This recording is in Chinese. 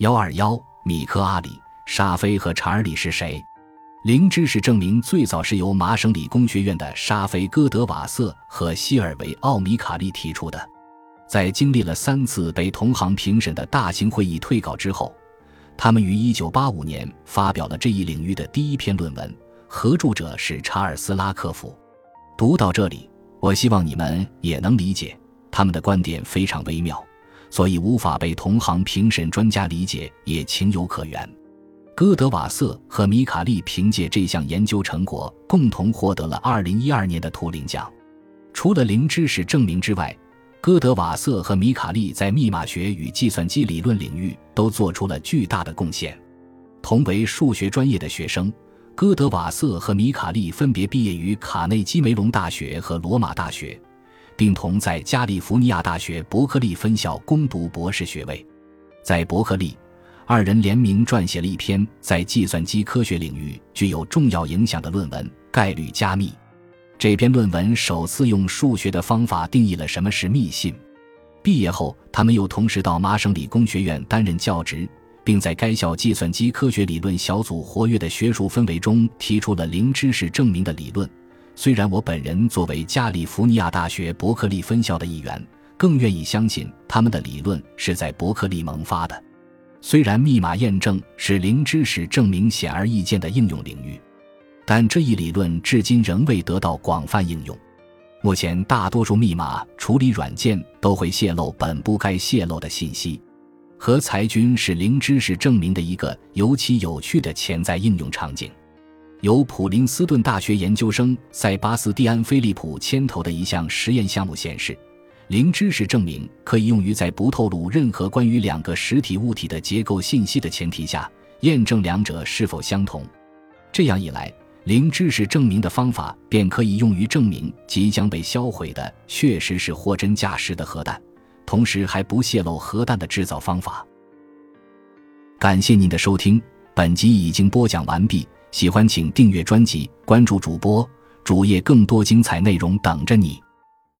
121米克阿里、沙菲和查尔里是谁？零知识证明最早是由麻省理工学院的沙菲·戈德瓦瑟和希尔维奥·米卡利提出的。在经历了3次被同行评审的大型会议退稿之后，他们于1985年发表了这一领域的第一篇论文，合著者是查尔斯·拉克夫。读到这里，我希望你们也能理解，他们的观点非常微妙，所以无法被同行评审专家理解也情有可原。戈德瓦瑟和米卡利凭借这项研究成果共同获得了2012年的图灵奖。除了零知识证明之外，戈德瓦瑟和米卡利在密码学与计算机理论领域都做出了巨大的贡献。同为数学专业的学生，戈德瓦瑟和米卡利分别毕业于卡内基梅隆大学和罗马大学，并同在加利福尼亚大学伯克利分校攻读博士学位。在伯克利，二人联名撰写了一篇在计算机科学领域具有重要影响的论文《概率加密》。这篇论文首次用数学的方法定义了什么是密信。毕业后，他们又同时到麻省理工学院担任教职，并在该校计算机科学理论小组活跃的学术氛围中提出了零知识证明的理论。虽然我本人作为加利福尼亚大学伯克利分校的一员，更愿意相信他们的理论是在伯克利萌发的。虽然密码验证是零知识证明显而易见的应用领域，但这一理论至今仍未得到广泛应用。目前大多数密码处理软件都会泄露本不该泄露的信息。核裁军是零知识证明的一个尤其有趣的潜在应用场景。由普林斯顿大学研究生塞巴斯蒂安·菲利普牵头的一项实验项目显示，零知识证明可以用于在不透露任何关于2个实体物体的结构信息的前提下，验证两者是否相同。这样一来，零知识证明的方法便可以用于证明即将被销毁的确实是货真价实的核弹，同时还不泄露核弹的制造方法。感谢您的收听，本集已经播讲完毕，喜欢请订阅专辑，关注主播，主页更多精彩内容等着你。